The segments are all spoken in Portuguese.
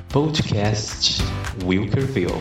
Podcast Wilkerville.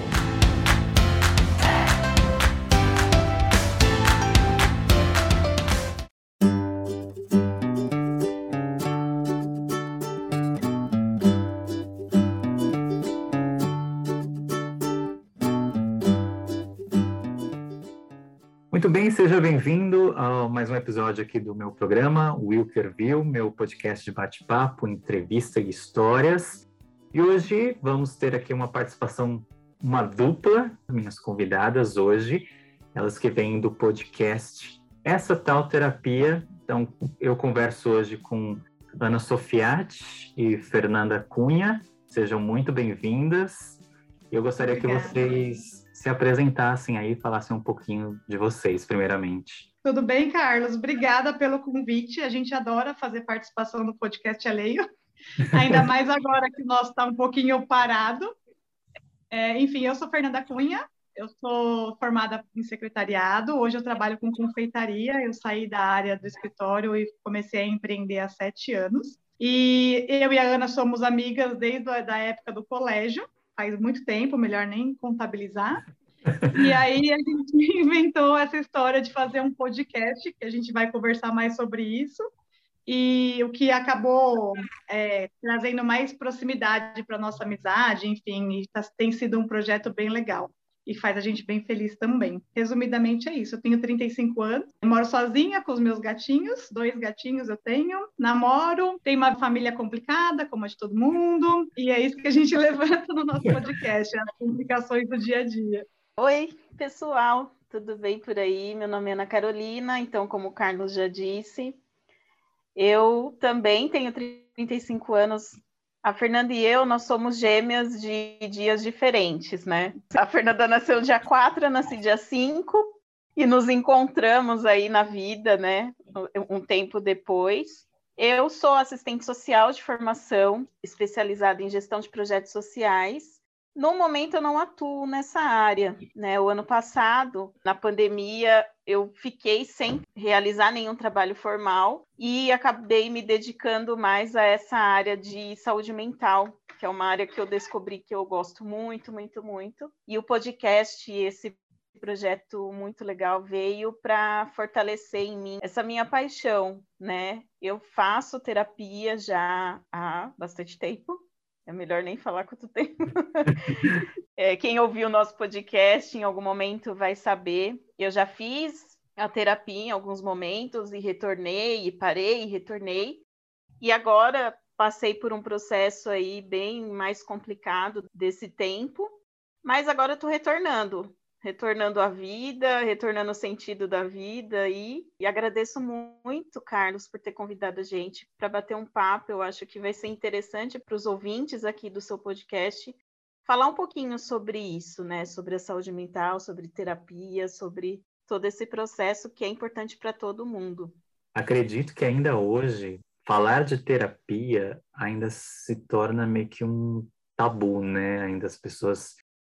Muito bem, seja bem-vindo a mais um episódio aqui do meu programa, Wilkerville, meu podcast de bate-papo, entrevista e histórias. E hoje vamos ter aqui uma participação, uma dupla, minhas convidadas hoje, elas que vêm do podcast Essa Tal Terapia. Então, eu converso hoje com Ana Sofiati e Fernanda Cunha. Sejam muito bem-vindas. Eu gostaria Obrigada. que vocês se apresentassem aí, falassem um pouquinho de vocês, primeiramente. Tudo bem, Carlos? Obrigada pelo convite. A gente adora fazer participação no podcast alheio, ainda mais agora que o nosso está um pouquinho parado. Enfim, eu sou Fernanda Cunha, eu sou formada em secretariado, hoje eu trabalho com confeitaria, eu saí da área do escritório e comecei a empreender há 7 anos. E eu e a Ana somos amigas desde a época do colégio, faz muito tempo, melhor nem contabilizar. E aí a gente inventou essa história de fazer um podcast, que a gente vai conversar mais sobre isso, e o que acabou trazendo mais proximidade para a nossa amizade, enfim, tem sido um projeto bem legal. E faz a gente bem feliz também. Resumidamente é isso, eu tenho 35 anos, moro sozinha com os meus gatinhos, 2 gatinhos eu tenho, namoro, tenho uma família complicada, como a de todo mundo, e é isso que a gente levanta no nosso podcast, as complicações do dia a dia. Oi, pessoal, tudo bem por aí? Meu nome é Ana Carolina, então, como o Carlos já disse, eu também tenho 35 anos. A Fernanda e eu, nós somos gêmeas de dias diferentes, né? A Fernanda nasceu dia 4, eu nasci dia 5, e nos encontramos aí na vida, né? Um tempo depois. Eu sou assistente social de formação, especializada em gestão de projetos sociais. No momento, eu não atuo nessa área, né? O ano passado, na pandemia, eu fiquei sem realizar nenhum trabalho formal e acabei me dedicando mais a essa área de saúde mental, que é uma área que eu descobri que eu gosto muito, muito, muito. E o podcast, esse projeto muito legal, veio para fortalecer em mim essa minha paixão, né? Eu faço terapia já há bastante tempo. É melhor nem falar quanto tempo. Quem ouviu o nosso podcast em algum momento vai saber. Eu já fiz a terapia em alguns momentos e retornei, e parei e retornei. E agora passei por um processo aí bem mais complicado desse tempo. Mas agora estou retornando à vida, retornando ao sentido da vida e agradeço muito, Carlos, por ter convidado a gente para bater um papo. Eu acho que vai ser interessante para os ouvintes aqui do seu podcast falar um pouquinho sobre isso, né? Sobre a saúde mental, sobre terapia, sobre todo esse processo que é importante para todo mundo. Acredito que ainda hoje, falar de terapia ainda se torna meio que um tabu, né? Ainda as pessoas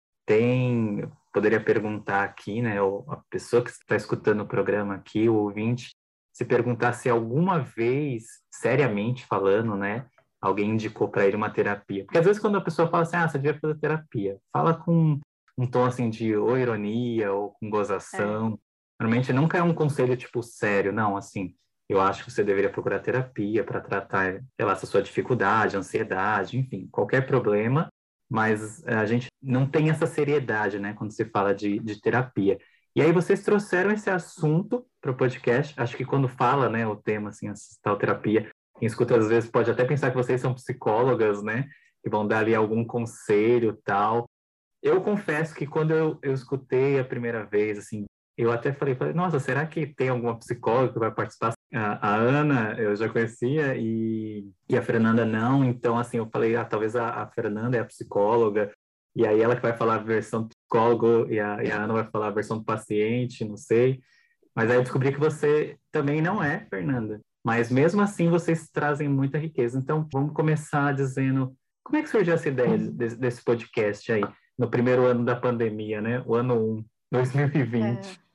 têm... Poderia perguntar aqui, né, a pessoa que está escutando o programa aqui, o ouvinte, se perguntar se alguma vez, seriamente falando, né, alguém indicou para ele uma terapia. Porque às vezes quando a pessoa fala assim, você devia fazer terapia, fala com um tom assim de ou ironia ou com gozação. Normalmente nunca é um conselho tipo sério, não, assim, eu acho que você deveria procurar terapia para tratar, sei lá, essa sua dificuldade, ansiedade, enfim, qualquer problema. Mas a gente não tem essa seriedade, né, quando se fala de terapia. E aí vocês trouxeram esse assunto para o podcast. Acho que quando fala, né, o tema, assim, essa tal terapia, quem escuta às vezes pode até pensar que vocês são psicólogas, né, que vão dar ali algum conselho tal. Eu confesso que quando eu escutei a primeira vez, assim, eu até falei, nossa, será que tem alguma psicóloga que vai participar? A Ana eu já conhecia e a Fernanda não, então assim, eu falei, talvez a Fernanda é a psicóloga, e aí ela que vai falar a versão do psicólogo e a Ana vai falar a versão do paciente, não sei. Mas aí eu descobri que você também não é, Fernanda. Mas mesmo assim vocês trazem muita riqueza. Então vamos começar dizendo, como é que surgiu essa ideia desse podcast aí, no primeiro ano da pandemia, né? O ano 1, 2020.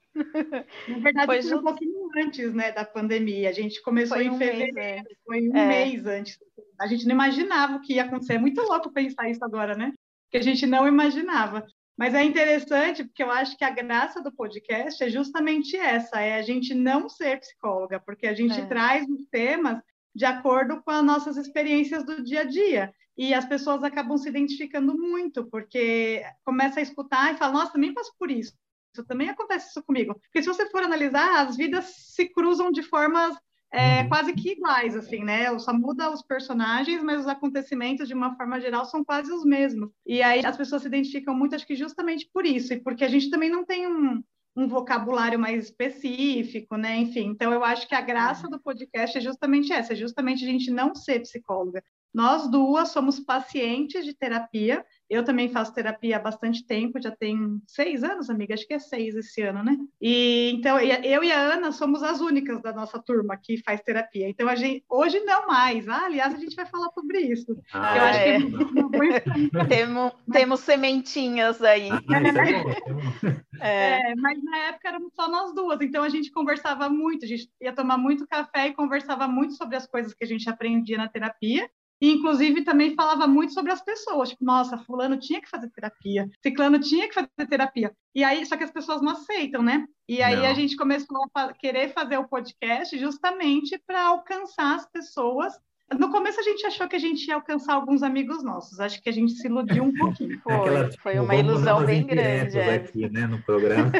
Na verdade, Foi foi um pouquinho antes, né, da pandemia. A gente começou Foi em um mês fevereiro, antes. foi um mês antes. A gente não imaginava o que ia acontecer. É muito louco pensar isso agora, né? Que a gente não imaginava. Mas é interessante, porque eu acho que a graça do podcast é justamente essa, é a gente não ser psicóloga, porque a gente traz os temas de acordo com as nossas experiências do dia a dia. E as pessoas acabam se identificando muito, porque começa a escutar e fala, nossa, também passo por isso. Isso também acontece isso comigo. Porque se você for analisar, as vidas se cruzam de formas quase que iguais, assim, né? Só muda os personagens, mas os acontecimentos, de uma forma geral, são quase os mesmos. E aí as pessoas se identificam muito, acho que justamente por isso, e porque a gente também não tem um vocabulário mais específico, né? Enfim, então eu acho que a graça do podcast é justamente essa, é justamente a gente não ser psicóloga. Nós duas somos pacientes de terapia. Eu também faço terapia há bastante tempo, já tem 6 anos, amiga, acho que é 6 esse ano, né? E então eu e a Ana somos as únicas da nossa turma que faz terapia. Então a gente hoje não mais. Aliás, a gente vai falar sobre isso. Eu acho que é uma boa influência. Temos sementinhas aí. Isso é bom, isso é bom. Mas na época éramos só nós duas, então a gente conversava muito, a gente ia tomar muito café e conversava muito sobre as coisas que a gente aprendia na terapia. E, inclusive, também falava muito sobre as pessoas. Tipo, nossa, fulano tinha que fazer terapia, ciclano tinha que fazer terapia. E aí, só que as pessoas não aceitam, né? E aí a gente começou a querer fazer o podcast justamente para alcançar as pessoas. No começo a gente achou que a gente ia alcançar alguns amigos nossos. Acho que a gente se iludiu um pouquinho. Foi uma ilusão bem grande. Aqui, né, no programa.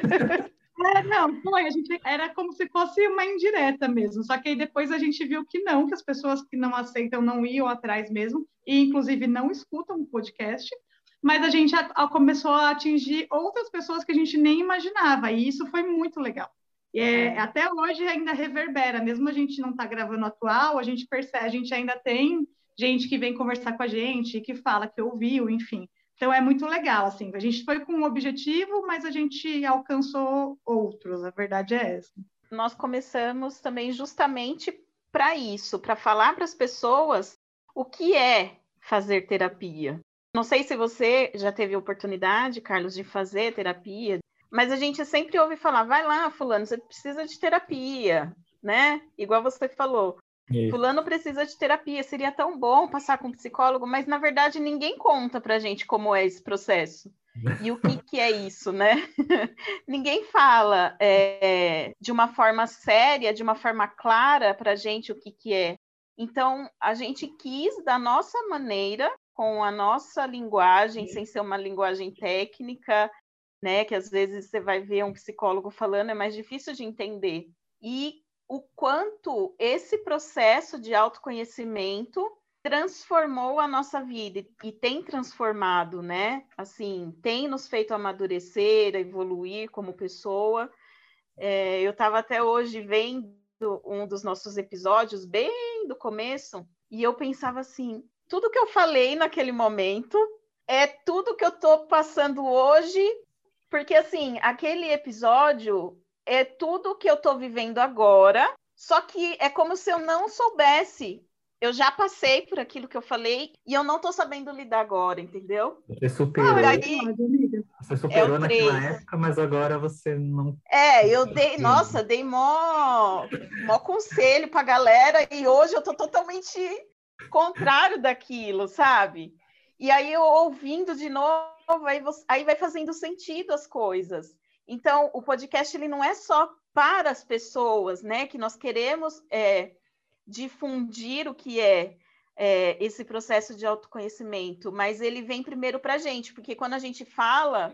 Não, foi, a gente era como se fosse uma indireta mesmo, só que aí depois a gente viu que não, que as pessoas que não aceitam não iam atrás mesmo, e inclusive não escutam o podcast, mas a gente começou a atingir outras pessoas que a gente nem imaginava, e isso foi muito legal. Até hoje ainda reverbera, mesmo a gente não está gravando atual, a gente percebe, a gente ainda tem gente que vem conversar com a gente, que fala que ouviu, enfim. Então, é muito legal, assim, a gente foi com um objetivo, mas a gente alcançou outros, a verdade é essa. Nós começamos também justamente para isso, para falar para as pessoas o que é fazer terapia. Não sei se você já teve oportunidade, Carlos, de fazer terapia, mas a gente sempre ouve falar, vai lá, fulano, você precisa de terapia, né? Igual você falou. Isso. Fulano precisa de terapia, seria tão bom passar com um psicólogo, mas na verdade ninguém conta pra gente como é esse processo. E o que é isso, né? Ninguém fala de uma forma séria, de uma forma clara pra gente o que é. Então, a gente quis, da nossa maneira, com a nossa linguagem, sem ser uma linguagem técnica, né? Que às vezes você vai ver um psicólogo falando, é mais difícil de entender. E o quanto esse processo de autoconhecimento transformou a nossa vida e tem transformado, né? Assim, tem nos feito amadurecer, evoluir como pessoa. Eu estava até hoje vendo um dos nossos episódios, bem do começo, e eu pensava assim, tudo que eu falei naquele momento é tudo que eu estou passando hoje, porque, assim, aquele episódio é tudo que eu estou vivendo agora, só que é como se eu não soubesse. Eu já passei por aquilo que eu falei e eu não estou sabendo lidar agora, entendeu? Você superou. Você superou naquela época, mas agora você não... eu dei mó conselho pra galera e hoje eu tô totalmente contrário daquilo, sabe? E aí eu ouvindo de novo, aí vai fazendo sentido as coisas. Então, o podcast ele não é só para as pessoas, né? Que nós queremos difundir o que é esse processo de autoconhecimento, mas ele vem primeiro para a gente, porque quando a gente fala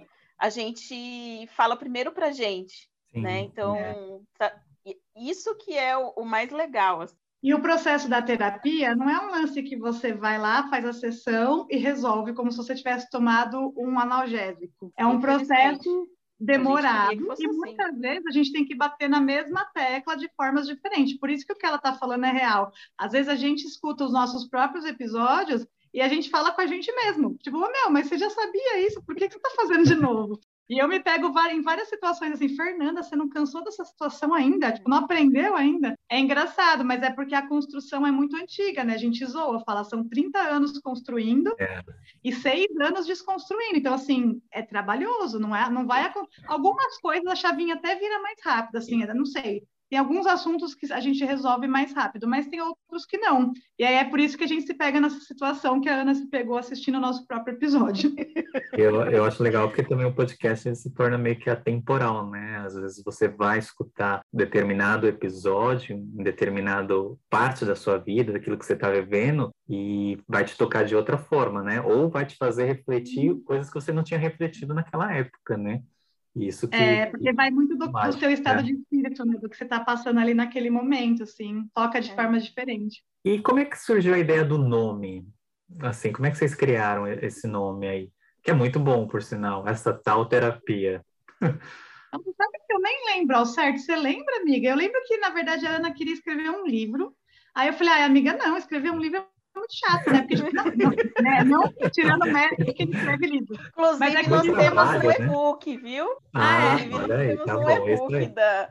primeiro para a gente, né? Então, isso que é o mais legal. Assim. E o processo da terapia não é um lance que você vai lá, faz a sessão e resolve como se você tivesse tomado um analgésico. É um processo demorado e muitas vezes a gente tem que bater na mesma tecla de formas diferentes. Por isso que o que ela está falando é real. Às vezes a gente escuta os nossos próprios episódios e a gente fala com a gente mesmo. Tipo, mas você já sabia isso? Por que você está fazendo de novo? E eu me pego em várias situações assim, Fernanda, você não cansou dessa situação ainda? Tipo, não aprendeu ainda? É engraçado, mas é porque a construção é muito antiga, né? A gente zoa, fala, são 30 anos construindo e 6 anos desconstruindo. Então, assim, é trabalhoso, não é? Não vai... Algumas coisas a chavinha até vira mais rápido, assim, eu não sei. Tem alguns assuntos que a gente resolve mais rápido, mas tem outros que não. E aí é por isso que a gente se pega nessa situação que a Ana se pegou assistindo o nosso próprio episódio. Eu acho legal porque também o podcast ele se torna meio que atemporal, né? Às vezes você vai escutar determinado episódio, em determinado parte da sua vida, daquilo que você está vivendo, e vai te tocar de outra forma, né? Ou vai te fazer refletir coisas que você não tinha refletido naquela época, né? Isso Porque vai muito do seu estado né? de espírito, né? Do que você está passando ali naquele momento, assim, toca de forma diferente. E como é que surgiu a ideia do nome? Assim, como é que vocês criaram esse nome aí? Que é muito bom, por sinal, essa tal terapia. Sabe que eu nem lembro ao certo? Você lembra, amiga? Eu lembro que, na verdade, a Ana queria escrever um livro. Aí eu falei, amiga, não, escrever um livro é muito chato, né? Porque, tipo, não tirando o mérito de quem escreve livro. Inclusive, Mas é que nós temos trabalho, um né? e-book, viu? Olha Nós aí, temos tá um bom, e-book da...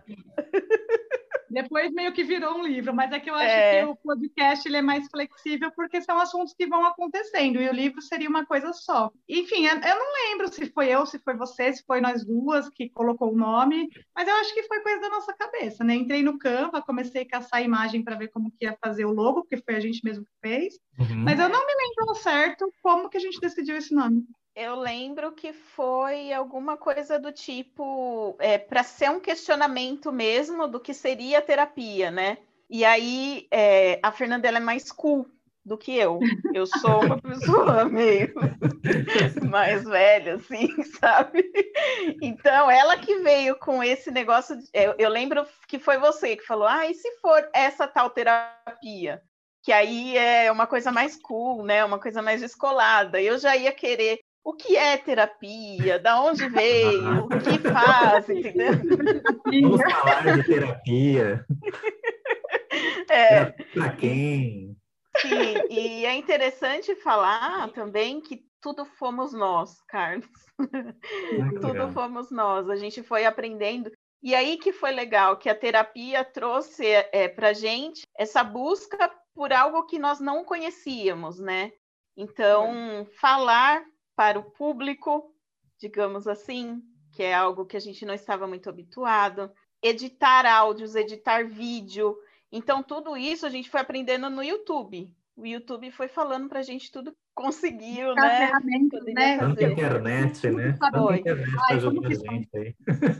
Depois meio que virou um livro, mas é que eu acho que o podcast ele é mais flexível porque são assuntos que vão acontecendo e o livro seria uma coisa só. Enfim, eu não lembro se foi eu, se foi você, se foi nós duas que colocou o nome, mas eu acho que foi coisa da nossa cabeça, né? Entrei no Canva, comecei a caçar a imagem para ver como que ia fazer o logo, porque foi a gente mesmo que fez, mas eu não me lembro ao certo como que a gente decidiu esse nome. Eu lembro que foi alguma coisa do tipo, para ser um questionamento mesmo do que seria terapia, né? E aí, a Fernanda ela é mais cool do que eu. Eu sou uma pessoa meio mais velha, assim, sabe? Então, ela que veio com esse negócio. Eu lembro que foi você que falou, e se for essa tal terapia? Que aí é uma coisa mais cool, né? Uma coisa mais descolada. Eu já ia querer o que é terapia, da onde veio, o que faz, entendeu? Vamos falar de terapia. Para quem? Sim, e é interessante falar também que tudo fomos nós, Carlos. Tudo fomos nós. A gente foi aprendendo. E aí que foi legal, que a terapia trouxe para a gente essa busca por algo que nós não conhecíamos, né? Então, falar para o público, digamos assim, que é algo que a gente não estava muito habituado, editar áudios, editar vídeo. Então, tudo isso a gente foi aprendendo no YouTube. O YouTube foi falando para a gente tudo que conseguiu, né? Poderia fazer. Tanta internet, né? Tanta internet ajudando a gente aí.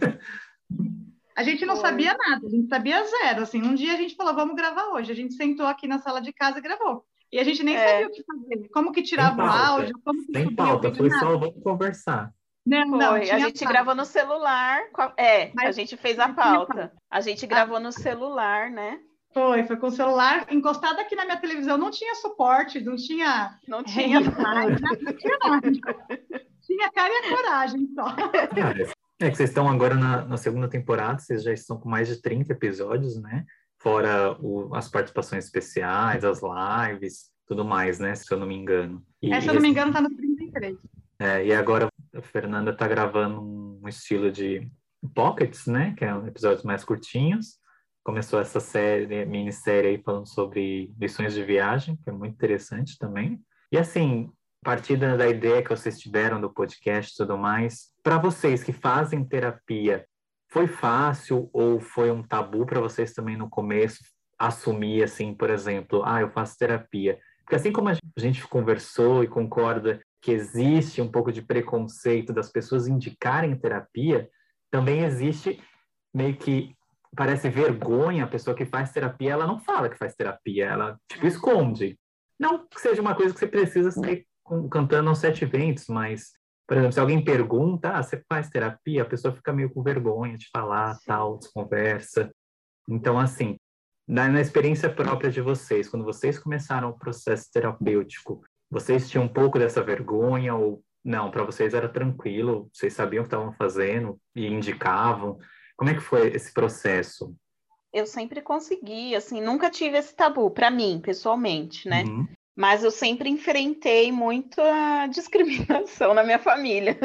A gente não sabia nada, a gente sabia zero. Assim, um dia a gente falou, vamos gravar hoje. A gente sentou aqui na sala de casa e gravou. E a gente nem sabia o que fazer, como que tirava o áudio, como que subia o vídeo. Foi só vamos conversar. Não, a gente gravou no celular. A gente fez a pauta. A gente gravou no celular, né? Foi com o celular encostado aqui na minha televisão. Não tinha suporte, não tinha nada. Não tinha nada. Tinha cara e a coragem só. É que vocês estão agora na segunda temporada, vocês já estão com mais de 30 episódios, né? Fora as participações especiais, as lives, tudo mais, né? Se eu não me engano. Se eu não me engano, tá no 33. E agora a Fernanda tá gravando um estilo de pockets, né? Que é episódios mais curtinhos. Começou essa minissérie aí falando sobre lições de viagem, que é muito interessante também. E assim, a partir da ideia que vocês tiveram do podcast e tudo mais, para vocês que fazem terapia, foi fácil ou foi um tabu para vocês também no começo assumir, assim, por exemplo, eu faço terapia? Porque assim como a gente conversou e concorda que existe um pouco de preconceito das pessoas indicarem terapia, também existe meio que parece vergonha, a pessoa que faz terapia, ela não fala que faz terapia, ela, esconde. Não que seja uma coisa que você precisa sair cantando aos 7 ventos, mas, por exemplo, se alguém pergunta, você faz terapia? A pessoa fica meio com vergonha de falar, tal, desconversa. Então, assim, na experiência própria de vocês, quando vocês começaram o processo terapêutico, vocês tinham um pouco dessa vergonha ou não? Para vocês era tranquilo, vocês sabiam o que estavam fazendo e indicavam? Como é que foi esse processo? Eu sempre consegui, assim, nunca tive esse tabu, para mim, pessoalmente, né? Uhum. Mas eu sempre enfrentei muito a discriminação na minha família,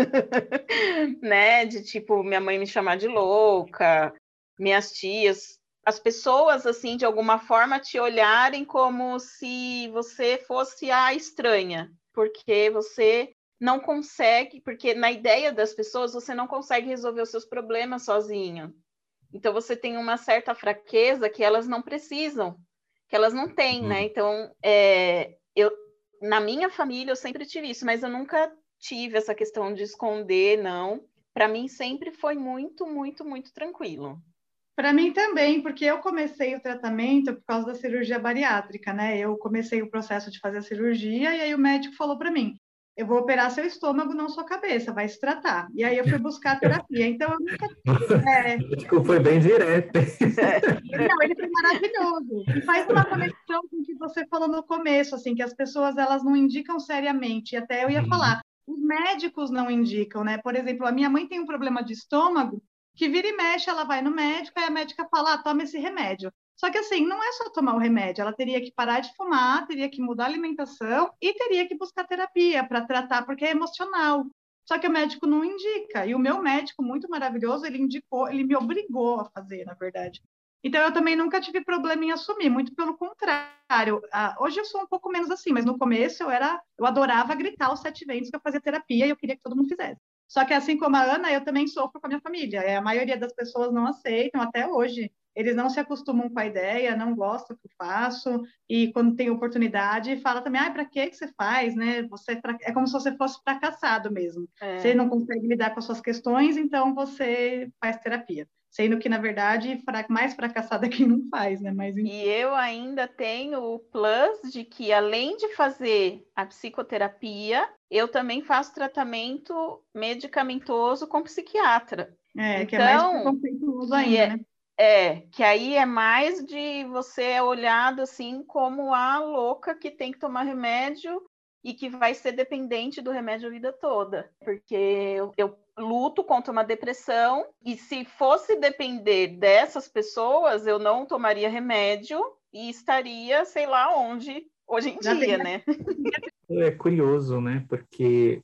né? De tipo, minha mãe me chamar de louca, minhas tias, as pessoas, assim, de alguma forma te olharem como se você fosse a estranha, porque você não consegue, porque na ideia das pessoas você não consegue resolver os seus problemas sozinho. Então você tem uma certa fraqueza que elas não precisam, que elas não têm, né? Então, na minha família eu sempre tive isso, mas eu nunca tive essa questão de esconder, não. Para mim sempre foi muito, muito, muito tranquilo. Para mim também, porque eu comecei o tratamento por causa da cirurgia bariátrica, né? Eu comecei o processo de fazer a cirurgia e aí o médico falou para mim: eu vou operar seu estômago, não sua cabeça, vai se tratar. E aí eu fui buscar a terapia. Então eu nunca. Foi bem direto. Não, ele foi maravilhoso. E faz uma conexão com o que você falou no começo, assim, que as pessoas elas não indicam seriamente. E até eu ia falar, os médicos não indicam, né? Por exemplo, a minha mãe tem um problema de estômago, que vira e mexe, ela vai no médico, e a médica fala, toma esse remédio. Só que assim, não é só tomar o remédio, ela teria que parar de fumar, teria que mudar a alimentação e teria que buscar terapia para tratar, porque é emocional. Só que o médico não indica. E o meu médico, muito maravilhoso, ele indicou, ele me obrigou a fazer, na verdade. Então, eu também nunca tive problema em assumir, muito pelo contrário. Hoje eu sou um pouco menos assim, mas no começo eu adorava gritar os 7 ventos que eu fazia terapia e eu queria que todo mundo fizesse. Só que assim como a Ana, eu também sofro com a minha família. A maioria das pessoas não aceitam até hoje. Eles não se acostumam com a ideia, não gostam do que eu faço, e quando tem oportunidade, fala também, para que você faz, né? É como se você fosse fracassado mesmo. Você não consegue lidar com as suas questões, então você faz terapia. Sendo que, na verdade, mais fracassada é quem não faz, né? Mas, e eu ainda tenho o plus de que, além de fazer a psicoterapia, eu também faço tratamento medicamentoso com psiquiatra. Então, que é mais preconceituoso ainda, né? Que aí é mais de você olhado assim como a louca que tem que tomar remédio e que vai ser dependente do remédio a vida toda. Porque eu luto contra uma depressão e se fosse depender dessas pessoas, eu não tomaria remédio e estaria, sei lá onde, hoje em dia, né? É curioso, né? Porque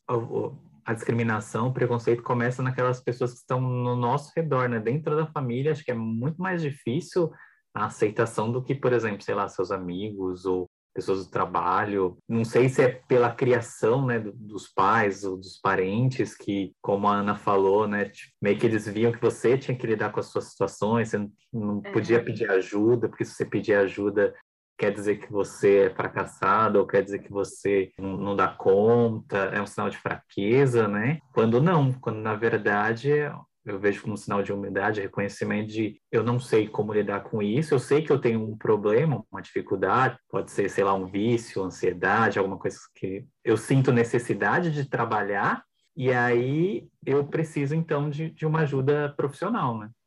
a discriminação, o preconceito começa naquelas pessoas que estão no nosso redor, né? Dentro da família, acho que é muito mais difícil a aceitação do que, por exemplo, sei lá, seus amigos ou pessoas do trabalho. Não sei se é pela criação, né, dos pais ou dos parentes que, como a Ana falou, né, meio que eles viam que você tinha que lidar com as suas situações, você não podia pedir ajuda, porque se você pedir ajuda quer dizer que você é fracassado ou quer dizer que você não dá conta, é um sinal de fraqueza, né? Quando não, quando na verdade eu vejo como um sinal de humildade, reconhecimento de eu não sei como lidar com isso, eu sei que eu tenho um problema, uma dificuldade, pode ser, sei lá, um vício, ansiedade, alguma coisa que eu sinto necessidade de trabalhar, e aí eu preciso então de uma ajuda profissional, né?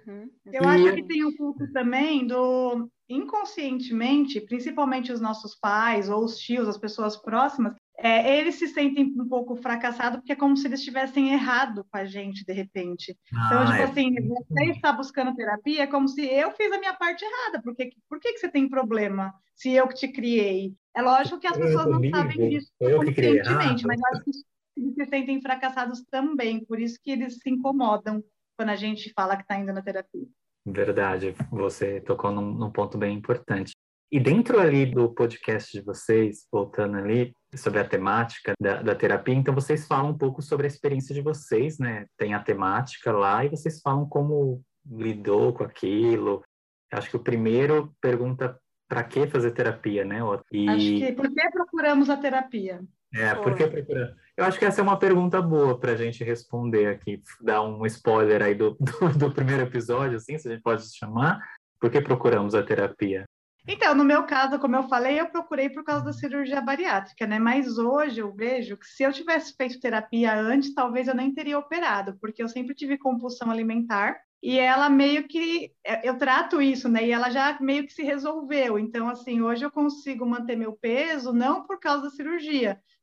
Eu acho que tem um pouco também do inconscientemente, principalmente os nossos pais ou os tios, as pessoas próximas, eles se sentem um pouco fracassados porque é como se eles tivessem errado com a gente de repente. Então, tipo assim, você está buscando terapia é como se eu fiz a minha parte errada. Por que você tem problema se eu que te criei? É lógico que as pessoas não sabem disso conscientemente, mas eu acho que eles se sentem fracassados também, por isso que eles se incomodam quando a gente fala que está indo na terapia. Verdade, você tocou num ponto bem importante. E dentro ali do podcast de vocês, voltando ali sobre a temática da terapia, então vocês falam um pouco sobre a experiência de vocês, né? Tem a temática lá e vocês falam como lidou com aquilo. Acho que o primeiro pergunta para que fazer terapia, né? Acho que por que procuramos a terapia? Por que procurar? Eu acho que essa é uma pergunta boa para a gente responder aqui, dar um spoiler aí do primeiro episódio, assim, se a gente pode chamar. Por que procuramos a terapia? Então, no meu caso, como eu falei, eu procurei por causa da cirurgia bariátrica, né? Mas hoje eu vejo que se eu tivesse feito terapia antes, talvez eu nem teria operado, porque eu sempre tive compulsão alimentar e ela meio que, eu trato isso, né? E ela já meio que se resolveu. Então, assim, hoje eu consigo manter meu peso, não por causa da cirurgia,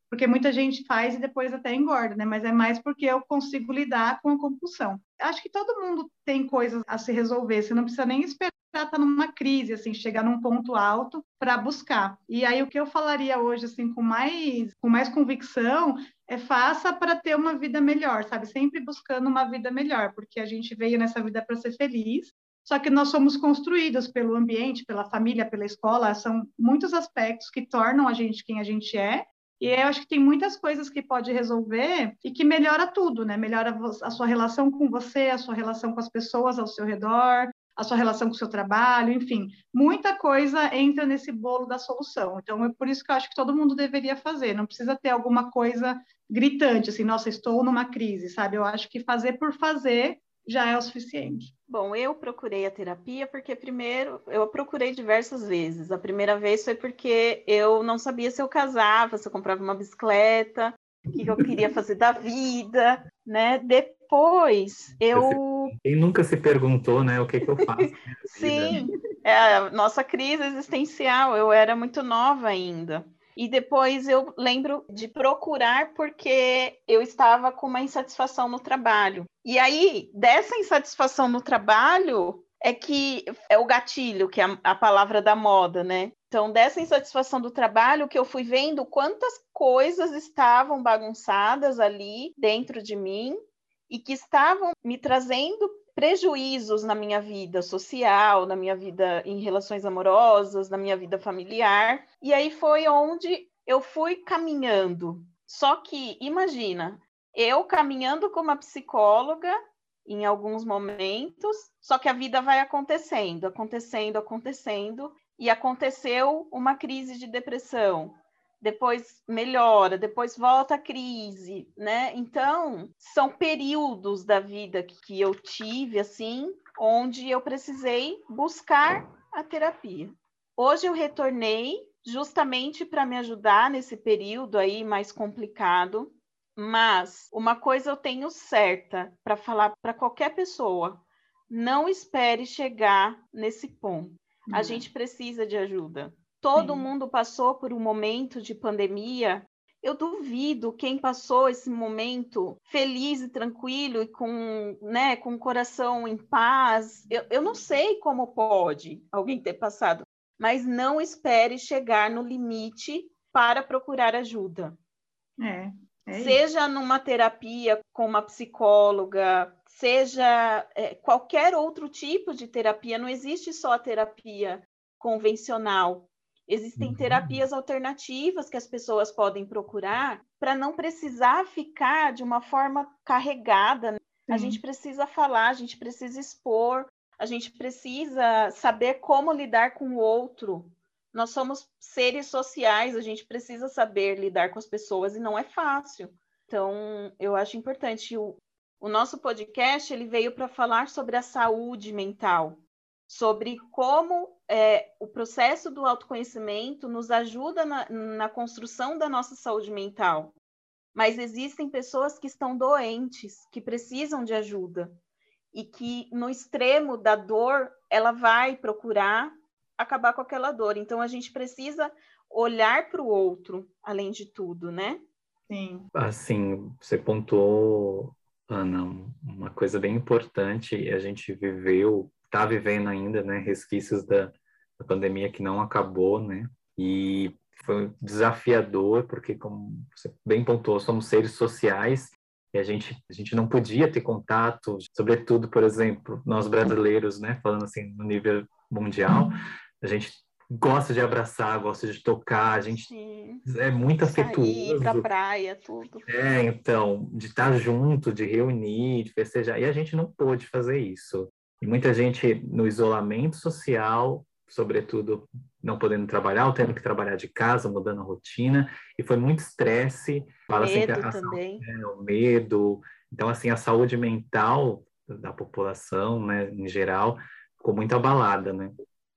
porque muita gente faz e depois até engorda, né? Mas é mais porque eu consigo lidar com a compulsão. Acho que todo mundo tem coisas a se resolver, você não precisa nem esperar estar numa crise, assim, chegar num ponto alto para buscar. E aí o que eu falaria hoje, assim, com mais convicção, é faça para ter uma vida melhor, sabe? Sempre buscando uma vida melhor, porque a gente veio nessa vida para ser feliz. Só que nós somos construídos pelo ambiente, pela família, pela escola, são muitos aspectos que tornam a gente quem a gente é. E eu acho que tem muitas coisas que pode resolver e que melhora tudo, né? Melhora a sua relação com você, a sua relação com as pessoas ao seu redor, a sua relação com o seu trabalho, enfim, muita coisa entra nesse bolo da solução. Então, é por isso que eu acho que todo mundo deveria fazer. Não precisa ter alguma coisa gritante, assim, nossa, estou numa crise, sabe? Eu acho que fazer por fazer já é o suficiente. Bom, eu procurei a terapia porque, primeiro, eu procurei diversas vezes. A primeira vez foi porque eu não sabia se eu casava, se eu comprava uma bicicleta, o que eu queria fazer da vida, né? Depois, Quem nunca se perguntou, né, o que eu faço? Sim, é a nossa crise existencial. Eu era muito nova ainda. E depois eu lembro de procurar porque eu estava com uma insatisfação no trabalho. E aí, dessa insatisfação no trabalho, é que é o gatilho, que é a palavra da moda, né? Então, dessa insatisfação do trabalho, que eu fui vendo quantas coisas estavam bagunçadas ali dentro de mim e que estavam me trazendo prejuízos na minha vida social, na minha vida em relações amorosas, na minha vida familiar. E aí foi onde eu fui caminhando. Só que, imagina, eu caminhando com uma psicóloga em alguns momentos, só que a vida vai acontecendo, e aconteceu uma crise de depressão. Depois melhora, depois volta a crise, né? Então, são períodos da vida que eu tive, assim, onde eu precisei buscar a terapia. Hoje eu retornei justamente para me ajudar nesse período aí mais complicado, mas uma coisa eu tenho certa para falar para qualquer pessoa: não espere chegar nesse ponto. A gente precisa de ajuda. Todo mundo passou por um momento de pandemia. Eu duvido quem passou esse momento feliz e tranquilo e com o coração em paz. Eu não sei como pode alguém ter passado, mas não espere chegar no limite para procurar ajuda. Seja numa terapia com uma psicóloga, seja qualquer outro tipo de terapia. Não existe só a terapia convencional. Existem terapias alternativas que as pessoas podem procurar para não precisar ficar de uma forma carregada. A gente precisa falar, a gente precisa expor, a gente precisa saber como lidar com o outro. Nós somos seres sociais, a gente precisa saber lidar com as pessoas e não é fácil. Então, eu acho importante. O nosso podcast ele veio para falar sobre a saúde mental, sobre como o processo do autoconhecimento nos ajuda na construção da nossa saúde mental. Mas existem pessoas que estão doentes, que precisam de ajuda, e que no extremo da dor, ela vai procurar acabar com aquela dor. Então, a gente precisa olhar para o outro, além de tudo, né? Sim. Assim, você pontuou, Ana, uma coisa bem importante. A gente está vivendo ainda, né, resquícios da pandemia que não acabou, né? E foi desafiador, porque, como você bem pontuou, somos seres sociais e a gente não podia ter contato, sobretudo, por exemplo, nós brasileiros, né, falando assim no nível mundial, a gente gosta de abraçar, gosta de tocar, a gente é muito afetuoso. Ir pra praia, tudo. Então, de estar junto, de reunir, de festejar, e a gente não pôde fazer isso. E muita gente no isolamento social, sobretudo não podendo trabalhar, ou tendo que trabalhar de casa, mudando a rotina, e foi muito estresse. Fala medo assim, também. O medo. Então, assim, a saúde mental da população, né, em geral, ficou muito abalada, né?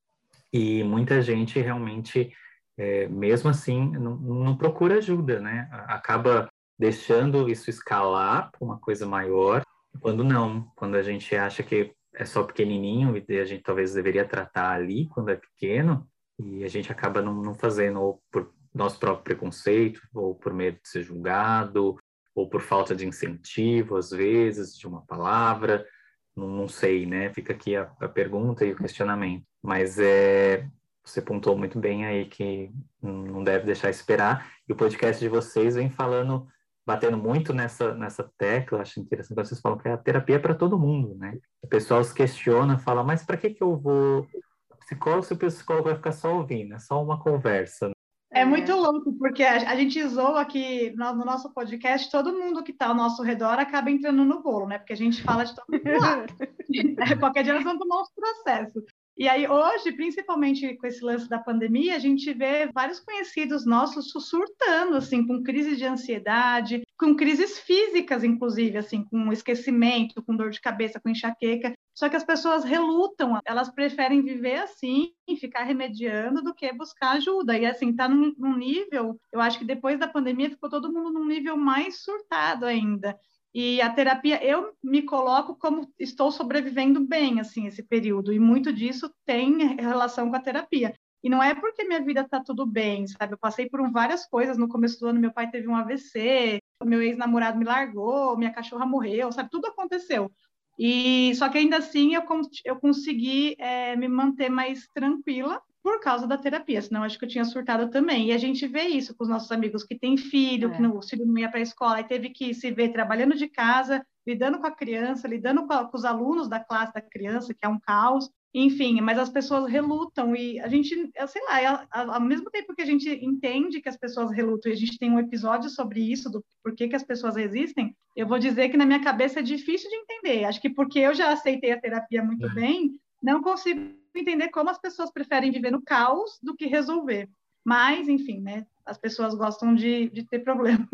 E muita gente realmente, mesmo assim, não procura ajuda, né? Acaba deixando isso escalar para uma coisa maior, quando a gente acha que é só pequenininho e a gente talvez deveria tratar ali quando é pequeno, e a gente acaba não fazendo, ou por nosso próprio preconceito, ou por medo de ser julgado, ou por falta de incentivo, às vezes, de uma palavra, não sei, né? Fica aqui a pergunta e o questionamento. Mas você pontuou muito bem aí que não deve deixar esperar. E o podcast de vocês vem falando, batendo muito nessa tecla. Acho interessante quando vocês falam que a terapia é para todo mundo, né? O pessoal se questiona, fala, mas para que eu vou psicólogo se o psicólogo vai ficar só ouvindo? É só uma conversa. É muito louco, porque a gente zoa aqui no nosso podcast, todo mundo que está ao nosso redor acaba entrando no bolo, né? Porque a gente fala de todo mundo lá. Qualquer dia nós vamos tomar uns processos. E aí, hoje, principalmente com esse lance da pandemia, a gente vê vários conhecidos nossos surtando, assim, com crises de ansiedade, com crises físicas, inclusive, assim, com esquecimento, com dor de cabeça, com enxaqueca. Só que as pessoas relutam, elas preferem viver assim, ficar remediando, do que buscar ajuda. E, assim, tá num nível, eu acho que depois da pandemia ficou todo mundo num nível mais surtado ainda. E a terapia, eu me coloco como estou sobrevivendo bem, assim, esse período. E muito disso tem relação com a terapia. E não é porque minha vida está tudo bem, sabe? Eu passei por várias coisas. No começo do ano, meu pai teve um AVC, meu ex-namorado me largou, minha cachorra morreu, sabe? Tudo aconteceu. E só que ainda assim eu consegui me manter mais tranquila por causa da terapia, senão acho que eu tinha surtado também. E a gente vê isso com os nossos amigos que têm filho, que o filho não ia para a escola e teve que se ver trabalhando de casa, lidando com a criança, lidando com os alunos da classe da criança, que é um caos. Enfim, mas as pessoas relutam e a gente, eu sei lá, ao mesmo tempo que a gente entende que as pessoas relutam e a gente tem um episódio sobre isso, do porquê que as pessoas resistem, eu vou dizer que na minha cabeça é difícil de entender. Acho que porque eu já aceitei a terapia muito bem, não consigo entender como as pessoas preferem viver no caos do que resolver. Mas, enfim, né? As pessoas gostam de ter problema.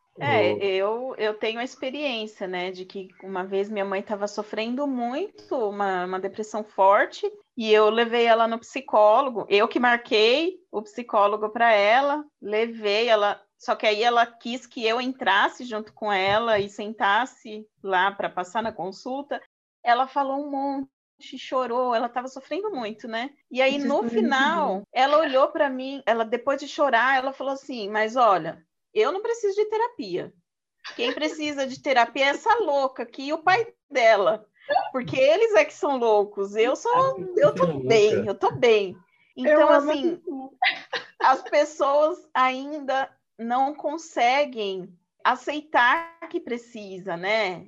Eu tenho a experiência, né, de que uma vez minha mãe estava sofrendo muito, uma depressão forte, e eu levei ela no psicólogo, eu que marquei o psicólogo para ela, levei ela, só que aí ela quis que eu entrasse junto com ela e sentasse lá para passar na consulta. Ela falou um monte, chorou, ela estava sofrendo muito, né? E aí no final, ela olhou para mim, ela depois de chorar, ela falou assim, mas olha, eu não preciso de terapia. Quem precisa de terapia é essa louca aqui e o pai dela. Porque eles é que são loucos. Eu tô bem. Então, assim, as pessoas ainda não conseguem aceitar que precisa, né?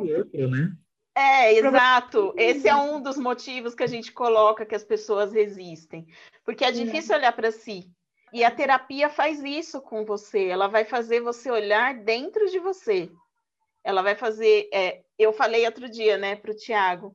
Exato. Esse é um dos motivos que a gente coloca que as pessoas resistem. Porque é difícil olhar para si. E a terapia faz isso com você, ela vai fazer você olhar dentro de você. Ela vai fazer... eu falei outro dia, né, para o Tiago,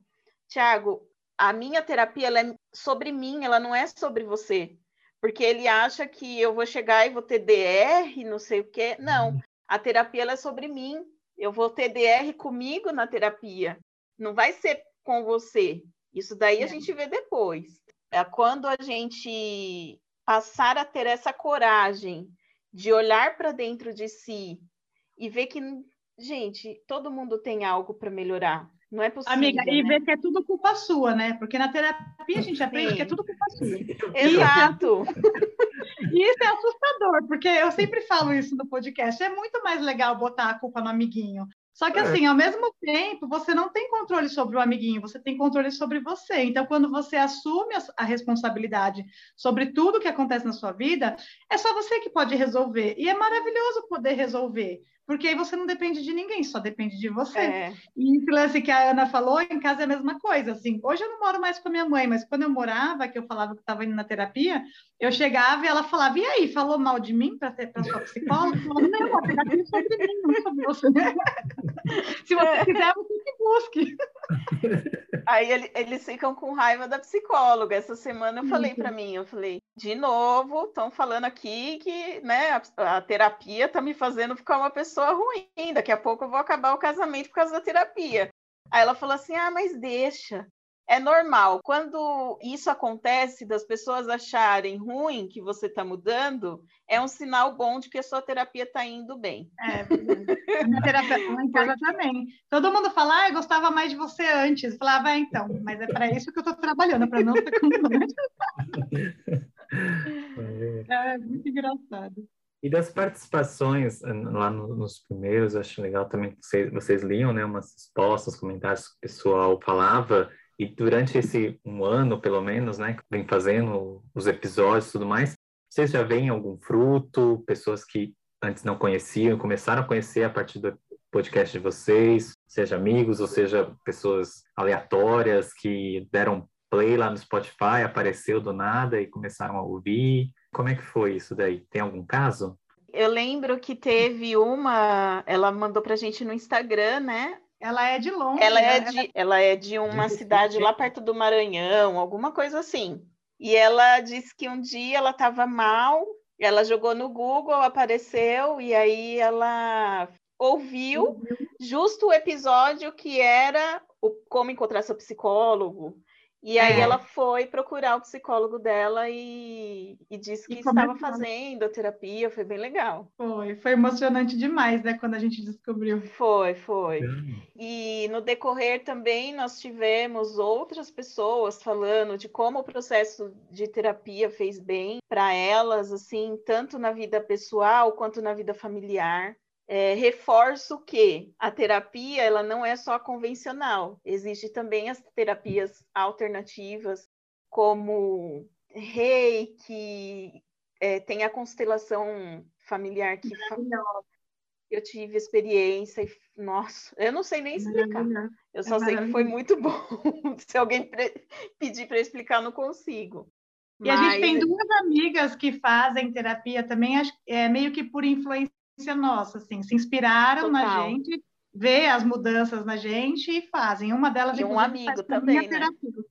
a minha terapia ela é sobre mim, ela não é sobre você. Porque ele acha que eu vou chegar e vou ter DR, não sei o quê. Não, a terapia ela é sobre mim. Eu vou ter DR comigo na terapia. Não vai ser com você. Isso daí a gente vê depois. É quando a gente... passar a ter essa coragem de olhar para dentro de si e ver que, gente, todo mundo tem algo para melhorar. Não é possível, amiga, e né? ver que é tudo culpa sua, né? Porque na terapia a gente aprende que é tudo culpa sua. Exato. E isso é assustador, porque eu sempre falo isso no podcast. É muito mais legal botar a culpa no amiguinho. Só que, assim, ao mesmo tempo, você não tem controle sobre o amiguinho, você tem controle sobre você. Então, quando você assume a responsabilidade sobre tudo que acontece na sua vida, é só você que pode resolver. E é maravilhoso poder resolver, porque aí você não depende de ninguém, só depende de você. E esse lance que a Ana falou, em casa é a mesma coisa. Assim, hoje eu não moro mais com a minha mãe, mas quando eu morava, que eu falava que estava indo na terapia, eu chegava e ela falava, e aí, falou mal de mim para sua psicóloga? Eu falava, não, a terapia é sobre mim, não sobre você. Se você quiser, você que busque. Aí eles ficam com raiva da psicóloga. Essa semana eu falei para mim, de novo, estão falando aqui que, né, a terapia está me fazendo ficar uma pessoa ruim. Daqui a pouco eu vou acabar o casamento por causa da terapia. Aí ela falou assim, mas deixa. É normal. Quando isso acontece, das pessoas acharem ruim que você está mudando, é um sinal bom de que a sua terapia está indo bem. A minha terapia lá em casa também. Todo mundo fala, eu gostava mais de você antes. Eu falava, então, mas é para isso que eu estou trabalhando, para não ser como antes. É muito engraçado. E das participações lá nos primeiros, eu acho legal também que vocês liam, né, umas respostas, comentários que o pessoal falava, e durante esse um ano, pelo menos, né, que vem fazendo os episódios e tudo mais, vocês já veem algum fruto, pessoas que antes não conheciam, começaram a conhecer a partir do podcast de vocês, seja amigos ou seja pessoas aleatórias que deram play lá no Spotify, apareceu do nada e começaram a ouvir? Como é que foi isso daí? Tem algum caso? Eu lembro que teve ela mandou pra gente no Instagram, né? Ela é de longe. Ela é de uma cidade lá perto do Maranhão, alguma coisa assim. E ela disse que um dia ela estava mal, ela jogou no Google, apareceu, e aí ela ouviu justo o episódio que era o Como Encontrar Seu Psicólogo. E aí ela foi procurar o psicólogo dela e disse que estava fazendo a terapia, foi bem legal. Foi emocionante demais, né, quando a gente descobriu. Foi. E no decorrer também nós tivemos outras pessoas falando de como o processo de terapia fez bem para elas, assim, tanto na vida pessoal quanto na vida familiar. Reforço que a terapia ela não é só convencional, existe também as terapias alternativas, como Reiki, tem a constelação familiar que eu tive experiência e, nossa, eu não sei nem explicar, eu só sei que foi muito bom. Se alguém pedir para explicar, não consigo. E a gente tem duas amigas que fazem terapia também, meio que por influência nossa, assim, se inspiraram na gente, vê as mudanças na gente e fazem. Uma delas, e um amigo também, né?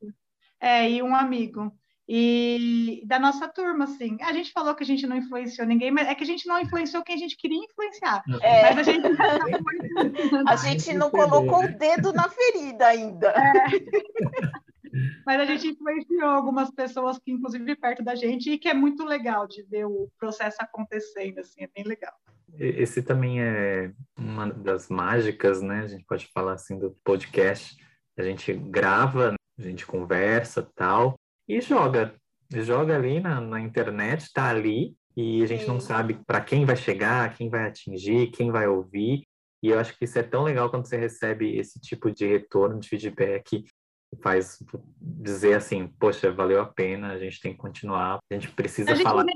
E um amigo. E da nossa turma, assim, a gente falou que a gente não influenciou ninguém, mas é que a gente não influenciou quem a gente queria influenciar. Mas a gente não colocou o dedo na ferida ainda. Mas a gente influenciou algumas pessoas que, inclusive, perto da gente, e que é muito legal de ver o processo acontecendo, assim, é bem legal. Esse também é uma das mágicas, né? A gente pode falar assim do podcast. A gente grava, a gente conversa, tal, e joga ali na internet, tá ali, e a gente não sabe para quem vai chegar, quem vai atingir, quem vai ouvir. E eu acho que isso é tão legal quando você recebe esse tipo de retorno, de feedback, faz dizer assim, poxa, valeu a pena, a gente tem que continuar, a gente precisa falar.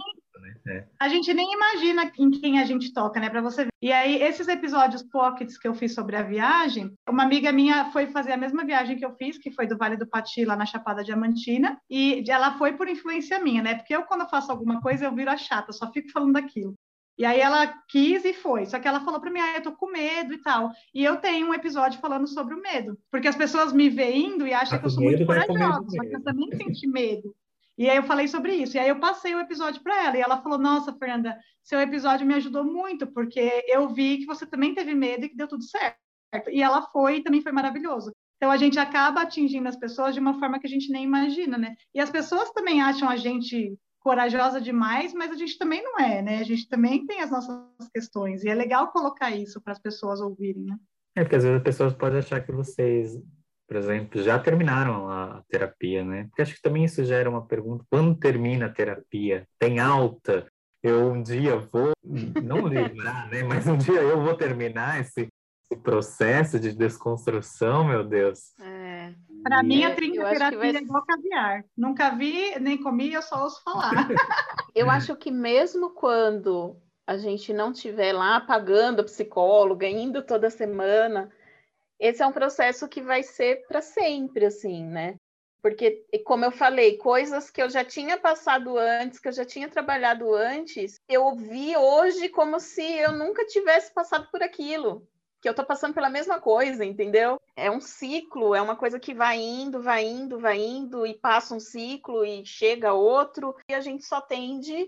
A gente nem imagina em quem a gente toca, né, para você ver. E aí, esses episódios pockets que eu fiz sobre a viagem, uma amiga minha foi fazer a mesma viagem que eu fiz, que foi do Vale do Pati, lá na Chapada Diamantina, e ela foi por influência minha, né, porque eu, quando eu faço alguma coisa, eu viro a chata, só fico falando daquilo. E aí ela quis e foi, só que ela falou para mim, eu tô com medo e tal. E eu tenho um episódio falando sobre o medo, porque as pessoas me veem e acham que eu sou muito corajosa, só que eu também senti medo. E aí eu falei sobre isso, e aí eu passei o episódio para ela, e ela falou, nossa, Fernanda, seu episódio me ajudou muito, porque eu vi que você também teve medo e que deu tudo certo. E ela foi, e também foi maravilhoso. Então a gente acaba atingindo as pessoas de uma forma que a gente nem imagina, né? E as pessoas também acham a gente corajosa demais, mas a gente também não é, né? A gente também tem as nossas questões, e é legal colocar isso para as pessoas ouvirem, né? Porque às vezes as pessoas podem achar que vocês, por exemplo, já terminaram a terapia, né? Porque acho que também isso gera uma pergunta: quando termina a terapia? Tem alta? Eu um dia vou, não livrar, né? Mas um dia eu vou terminar esse processo de desconstrução, meu Deus. Para mim, a terapia é igual caviar. Nunca vi, nem comi, eu só ouço falar. Eu acho que mesmo quando a gente não estiver lá pagando a psicóloga, indo toda semana, esse é um processo que vai ser para sempre, assim, né? Porque, como eu falei, coisas que eu já tinha passado antes, que eu já tinha trabalhado antes, eu vi hoje como se eu nunca tivesse passado por aquilo, que eu tô passando pela mesma coisa, entendeu? É um ciclo, é uma coisa que vai indo, e passa um ciclo e chega outro, e a gente só tende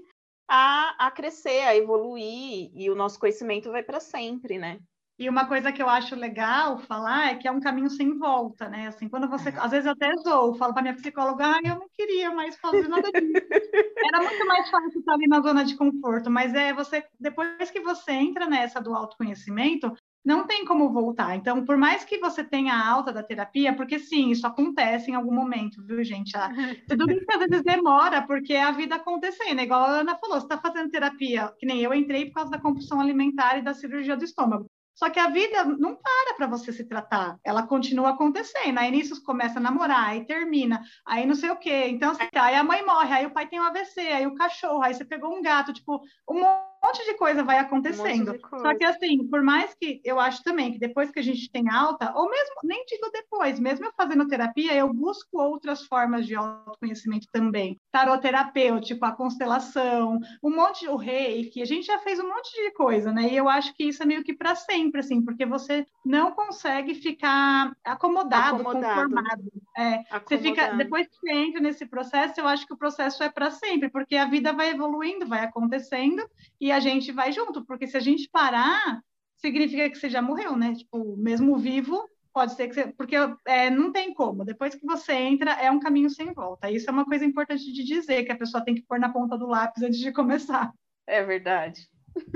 a crescer, a evoluir, e o nosso conhecimento vai para sempre, né? E uma coisa que eu acho legal falar é que é um caminho sem volta, né? Assim, quando você... Às vezes eu até falo para minha psicóloga, eu não queria mais fazer nada disso. Era muito mais fácil estar ali na zona de conforto, mas você, depois que você entra nessa do autoconhecimento, não tem como voltar. Então, por mais que você tenha a alta da terapia, porque sim, isso acontece em algum momento, viu, gente? Tudo bem que às vezes demora, porque é a vida acontecendo. É igual a Ana falou, você está fazendo terapia, que nem eu entrei por causa da compulsão alimentar e da cirurgia do estômago. Só que a vida não para você se tratar, ela continua acontecendo. Aí nisso começa a namorar, aí termina, aí não sei o quê. Então, assim, aí a mãe morre, aí o pai tem um AVC, aí o cachorro, aí você pegou um gato, tipo, um monte de coisa vai acontecendo. Só que assim, por mais que eu acho também que depois que a gente tem alta, ou mesmo, nem digo depois, mesmo eu fazendo terapia, eu busco outras formas de autoconhecimento também. Tarot terapêutico, a constelação, o reiki, a gente já fez um monte de coisa, né? E eu acho que isso é meio que para sempre, assim, porque você não consegue ficar acomodado. Conformado. Você fica, depois que você entra nesse processo, eu acho que o processo é para sempre, porque a vida vai evoluindo, vai acontecendo, e a gente vai junto, porque se a gente parar, significa que você já morreu, né? Tipo, mesmo vivo, pode ser que você... Porque não tem como. Depois que você entra, é um caminho sem volta. Isso é uma coisa importante de dizer, que a pessoa tem que pôr na ponta do lápis antes de começar. É verdade.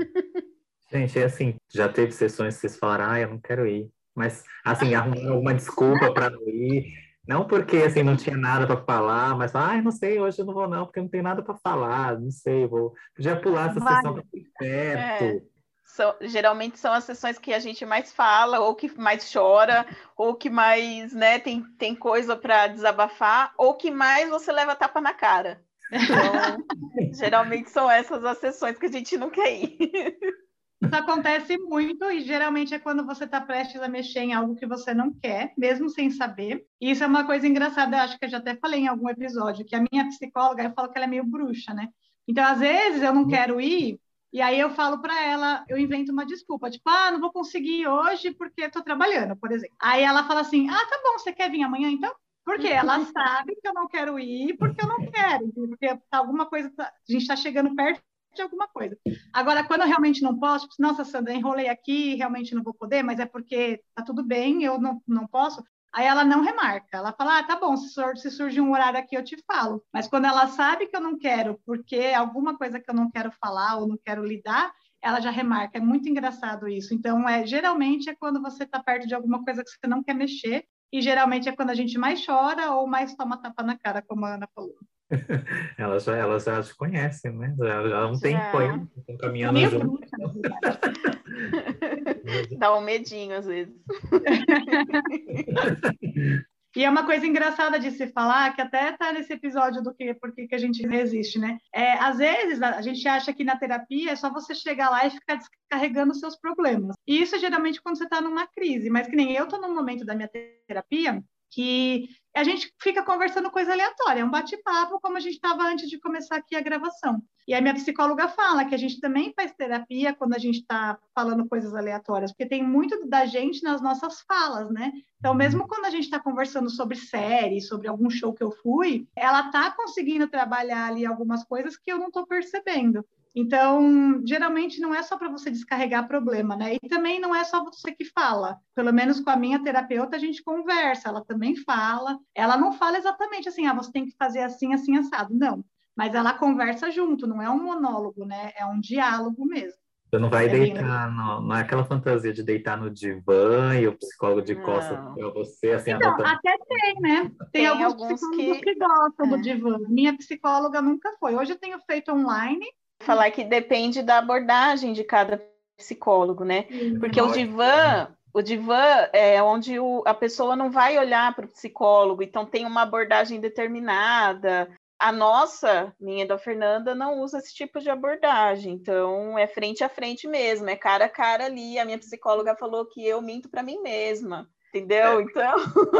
Gente, assim, já teve sessões que vocês falaram, eu não quero ir. Mas, assim, arrumaram alguma desculpa para não ir. Não porque, assim, não tinha nada para falar, mas, não sei, hoje eu não vou não, porque não tem nada para falar, não sei, vou... Podia pular essa sessão para perto. Geralmente são as sessões que a gente mais fala, ou que mais chora, ou que mais, né, tem coisa para desabafar, ou que mais você leva tapa na cara. Então, geralmente são essas as sessões que a gente não quer ir. Isso acontece muito e geralmente é quando você está prestes a mexer em algo que você não quer, mesmo sem saber. E isso é uma coisa engraçada, eu acho que eu já até falei em algum episódio, que a minha psicóloga, eu falo que ela é meio bruxa, né? Então, às vezes, eu não quero ir, e aí eu falo para ela, eu invento uma desculpa, tipo, não vou conseguir ir hoje porque estou trabalhando, por exemplo. Aí ela fala assim, tá bom, você quer vir amanhã então? Porque ela sabe que eu não quero ir, porque eu não quero, porque alguma coisa, a gente está chegando perto de alguma coisa. Agora, quando eu realmente não posso, tipo, nossa, Sandra, enrolei aqui, realmente não vou poder, mas é porque tá tudo bem, eu não posso. Aí ela não remarca, ela fala, tá bom, se surge um horário aqui eu te falo. Mas quando ela sabe que eu não quero, porque é alguma coisa que eu não quero falar ou não quero lidar, ela já remarca. É muito engraçado isso. Então, geralmente é quando você está perto de alguma coisa que você não quer mexer, e geralmente é quando a gente mais chora ou mais toma tapa na cara, como a Ana falou. Elas já te conhecem, né? Já não tem coisa, estão caminhando junto. Dá um medinho, às vezes. E é uma coisa engraçada de se falar, que até está nesse episódio do por que a gente resiste, né? Às vezes, a gente acha que na terapia é só você chegar lá e ficar descarregando os seus problemas. E isso é geralmente quando você está numa crise, mas que nem eu estou num momento da minha terapia que a gente fica conversando coisa aleatória, é um bate-papo como a gente estava antes de começar aqui a gravação. E a minha psicóloga fala que a gente também faz terapia quando a gente está falando coisas aleatórias, porque tem muito da gente nas nossas falas, né? Então, mesmo quando a gente está conversando sobre série, sobre algum show que eu fui, ela está conseguindo trabalhar ali algumas coisas que eu não estou percebendo. Então, geralmente não é só para você descarregar problema, né? E também não é só você que fala. Pelo menos com a minha terapeuta a gente conversa, ela também fala. Ela não fala exatamente assim, você tem que fazer assim, assim, assado. Não. Mas ela conversa junto, não é um monólogo, né? É um diálogo mesmo. Você não vai deitar, não é aquela fantasia de deitar no divã e o psicólogo de costas para você, assim, então, anotando. até tem, né? Tem alguns psicólogos que gostam do divã. Minha psicóloga nunca foi. Hoje eu tenho feito online. Falar que depende da abordagem de cada psicólogo, né? Porque o divã é onde a pessoa não vai olhar para o psicólogo, então tem uma abordagem determinada. A minha da Fernanda, não usa esse tipo de abordagem, então é frente a frente mesmo, é cara a cara ali. A minha psicóloga falou que eu minto para mim mesma, entendeu? Então,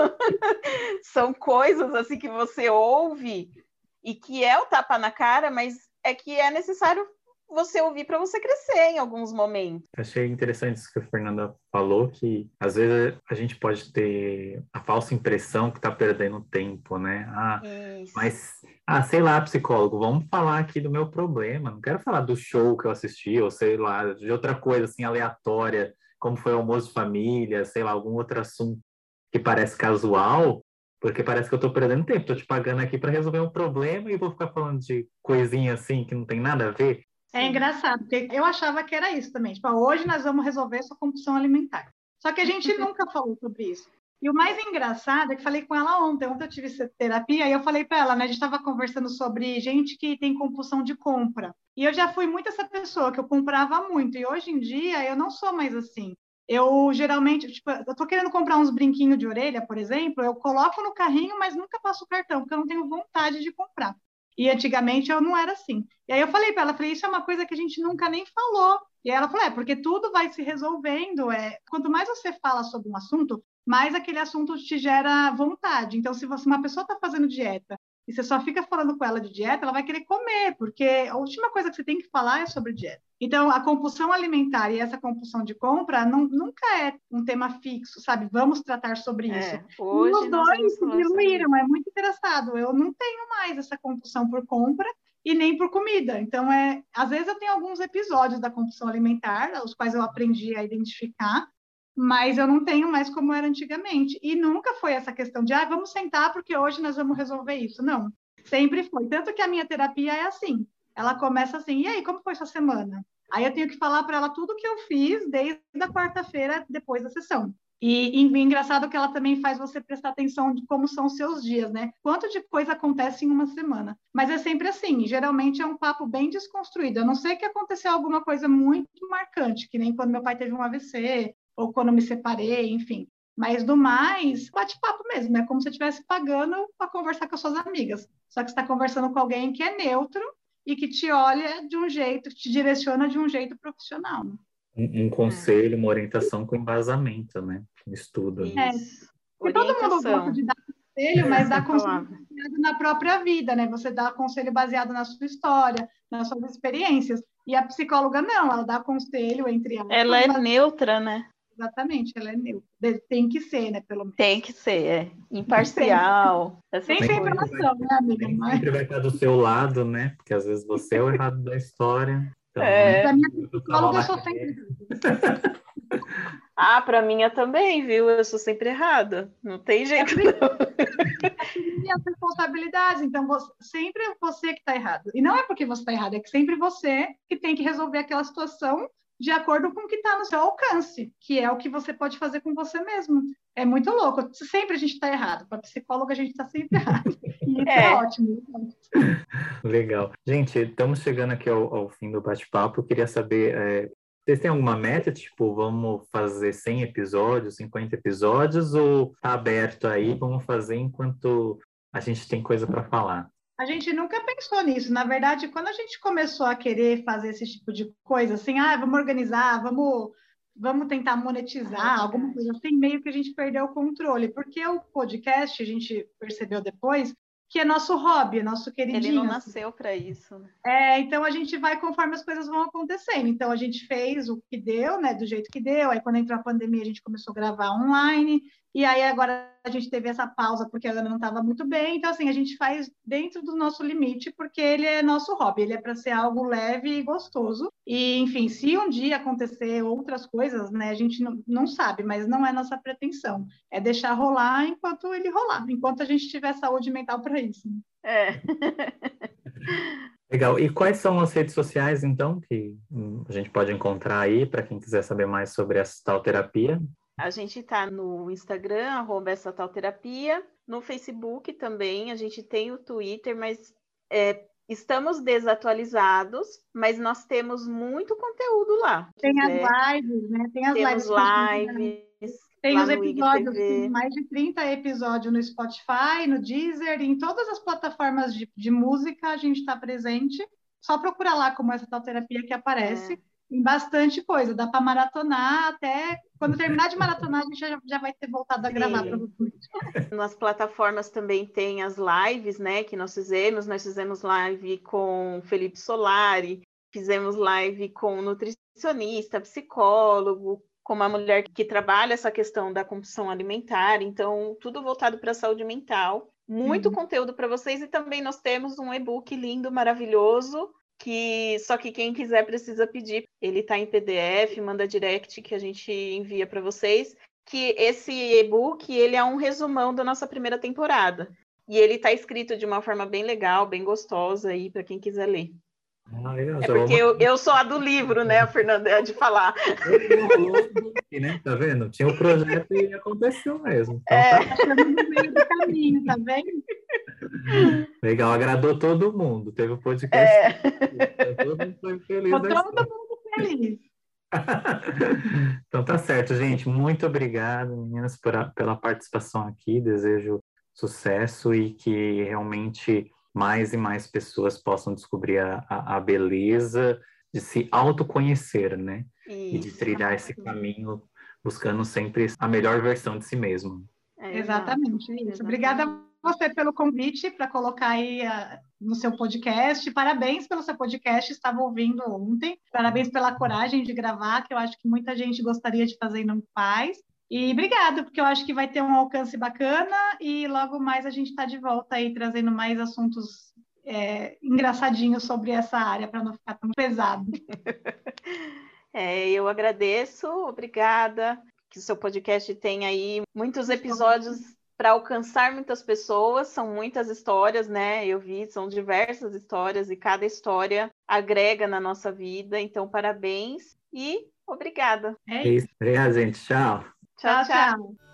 são coisas assim que você ouve e que é o tapa na cara, mas é que é necessário você ouvir para você crescer em alguns momentos. Achei interessante isso que a Fernanda falou, que às vezes a gente pode ter a falsa impressão que está perdendo tempo, né? Mas, sei lá, psicólogo, vamos falar aqui do meu problema. Não quero falar do show que eu assisti, ou sei lá, de outra coisa assim aleatória, como foi o almoço de família, sei lá, algum outro assunto que parece casual, porque parece que eu estou perdendo tempo. Estou te pagando aqui para resolver um problema e vou ficar falando de coisinha assim que não tem nada a ver. É engraçado, porque eu achava que era isso também. Tipo, hoje nós vamos resolver sua compulsão alimentar. Só que a gente nunca falou sobre isso. E o mais engraçado é que falei com ela ontem. Ontem eu tive terapia e eu falei para ela, né? A gente estava conversando sobre gente que tem compulsão de compra. E eu já fui muito essa pessoa que eu comprava muito. E hoje em dia eu não sou mais assim. Eu geralmente, tipo, eu tô querendo comprar uns brinquinhos de orelha, por exemplo, eu coloco no carrinho, mas nunca passo o cartão, porque eu não tenho vontade de comprar. E antigamente eu não era assim. E aí eu falei para ela, falei, isso é uma coisa que a gente nunca nem falou. E aí ela falou, porque tudo vai se resolvendo. Quanto mais você fala sobre um assunto, mais aquele assunto te gera vontade. Então, se uma pessoa está fazendo dieta e você só fica falando com ela de dieta, ela vai querer comer, porque a última coisa que você tem que falar é sobre dieta. Então, a compulsão alimentar e essa compulsão de compra nunca é um tema fixo, sabe? Vamos tratar sobre isso. Hoje e os nós dois vamos se falar sobre diluíram, isso. é muito engraçado. Eu não tenho mais essa compulsão por compra e nem por comida. Então, às vezes eu tenho alguns episódios da compulsão alimentar, os quais eu aprendi a identificar, mas eu não tenho mais como era antigamente. E nunca foi essa questão de, vamos sentar porque hoje nós vamos resolver isso. Não, sempre foi. Tanto que a minha terapia é assim. Ela começa assim, e aí, como foi sua semana? Aí eu tenho que falar para ela tudo o que eu fiz desde a quarta-feira depois da sessão. E engraçado que ela também faz você prestar atenção de como são os seus dias, né? Quanto de coisa acontece em uma semana. Mas é sempre assim, geralmente é um papo bem desconstruído. A não ser que aconteceu alguma coisa muito marcante, que nem quando meu pai teve um AVC, ou quando eu me separei, enfim. Mas do mais, bate-papo mesmo, é como se você estivesse pagando para conversar com as suas amigas. Só que você está conversando com alguém que é neutro e que te olha de um jeito, te direciona de um jeito profissional. Né? Um conselho, uma orientação com embasamento, né? Um estudo. Isso. Porque todo mundo gosta de dar conselho, mas dá conselho baseado na própria vida, né? Você dá conselho baseado na sua história, nas suas experiências. E a psicóloga não, ela dá conselho entre aspas. Ela é neutra, né? Exatamente, ela é neutra. Tem que ser, né, pelo menos. Tem que ser, imparcial. Tem revelação, né, amiga? Nem sempre vai estar do seu lado, né? Porque às vezes você é o errado da história. Então, Pra minha psicóloga, eu sou sempre... pra minha também, viu? Eu sou sempre errada. Não tem jeito, não. E as responsabilidades, então sempre é você que está errado. E não é porque você está errado, é que sempre você que tem que resolver aquela situação de acordo com o que está no seu alcance, que é o que você pode fazer com você mesmo. É muito louco. Sempre a gente está errado. Para psicóloga, a gente está sempre errado. E isso é ótimo. Legal. Gente, estamos chegando aqui ao fim do bate-papo. Eu queria saber, vocês têm alguma meta? Tipo, vamos fazer 100 episódios, 50 episódios? Ou tá aberto aí? Vamos fazer enquanto a gente tem coisa para falar? A gente nunca pensou nisso. Na verdade, quando a gente começou a querer fazer esse tipo de coisa, assim, vamos organizar, vamos tentar monetizar, alguma coisa assim, meio que a gente perdeu o controle. Porque o podcast, a gente percebeu depois, que é nosso hobby, é nosso queridinho. Ele não nasceu para isso. Né? Então a gente vai conforme as coisas vão acontecendo. Então a gente fez o que deu, né, do jeito que deu. Aí quando entrou a pandemia a gente começou a gravar online. E aí agora a gente teve essa pausa porque a Ana não estava muito bem. Então assim a gente faz dentro do nosso limite porque ele é nosso hobby. Ele é para ser algo leve e gostoso. E enfim, se um dia acontecer outras coisas, né, a gente não sabe, mas não é nossa pretensão. É deixar rolar enquanto ele rolar, enquanto a gente tiver saúde mental para isso. Legal. E quais são as redes sociais, então, que a gente pode encontrar aí para quem quiser saber mais sobre essa tal terapia? A gente está no Instagram, @essa_tal_terapia, no Facebook também, a gente tem o Twitter, mas estamos desatualizados, mas nós temos muito conteúdo lá. Tem as lives, né? Tem as lives. Tem os episódios, tem mais de 30 episódios no Spotify, no Deezer, em todas as plataformas de música a gente está presente. Só procurar lá como essa tal terapia que aparece. Tem bastante coisa, dá para maratonar até... Quando terminar de maratonar, a gente já vai ter voltado a gravar para vocês. Nas plataformas também tem as lives, né, que nós fizemos live com Felipe Solari, fizemos live com nutricionista, psicólogo, com uma mulher que trabalha essa questão da compulsão alimentar, então tudo voltado para a saúde mental. Muito conteúdo para vocês e também nós temos um e-book lindo, maravilhoso, só que quem quiser precisa pedir. Ele está em PDF, manda direct que a gente envia para vocês, que esse e-book ele é um resumão da nossa primeira temporada. E ele está escrito de uma forma bem legal, bem gostosa aí para quem quiser ler. Eu É já vou porque eu sou a do livro, né? A Fernanda é a de falar. né? Tá vendo? Tinha o projeto e aconteceu mesmo. Então É. tá Estamos no meio do caminho, tá vendo? legal, agradou todo mundo. Teve o podcast, É. todo mundo foi feliz Ficou da todo história. mundo feliz. Então tá certo, gente. Muito obrigado, meninas, pela participação aqui. Desejo sucesso e que realmente mais e mais pessoas possam descobrir a beleza de se autoconhecer, né? E de Isso. trilhar esse caminho buscando sempre a melhor versão de si mesmo. Exatamente isso. Obrigada a você pelo convite para colocar aí no seu podcast. Parabéns pelo seu podcast, estava ouvindo ontem. Parabéns pela coragem de gravar, que eu acho que muita gente gostaria de fazer e não faz. E obrigada, porque eu acho que vai ter um alcance bacana e logo mais a gente está de volta aí trazendo mais assuntos engraçadinhos sobre essa área para não ficar tão pesado. Eu agradeço, obrigada. Que o seu podcast tenha aí muitos episódios para alcançar muitas pessoas, são muitas histórias, né? Eu vi, são diversas histórias e cada história agrega na nossa vida. Então, parabéns e obrigada. É isso. Obrigado, gente. Tchau. Tchau, tchau.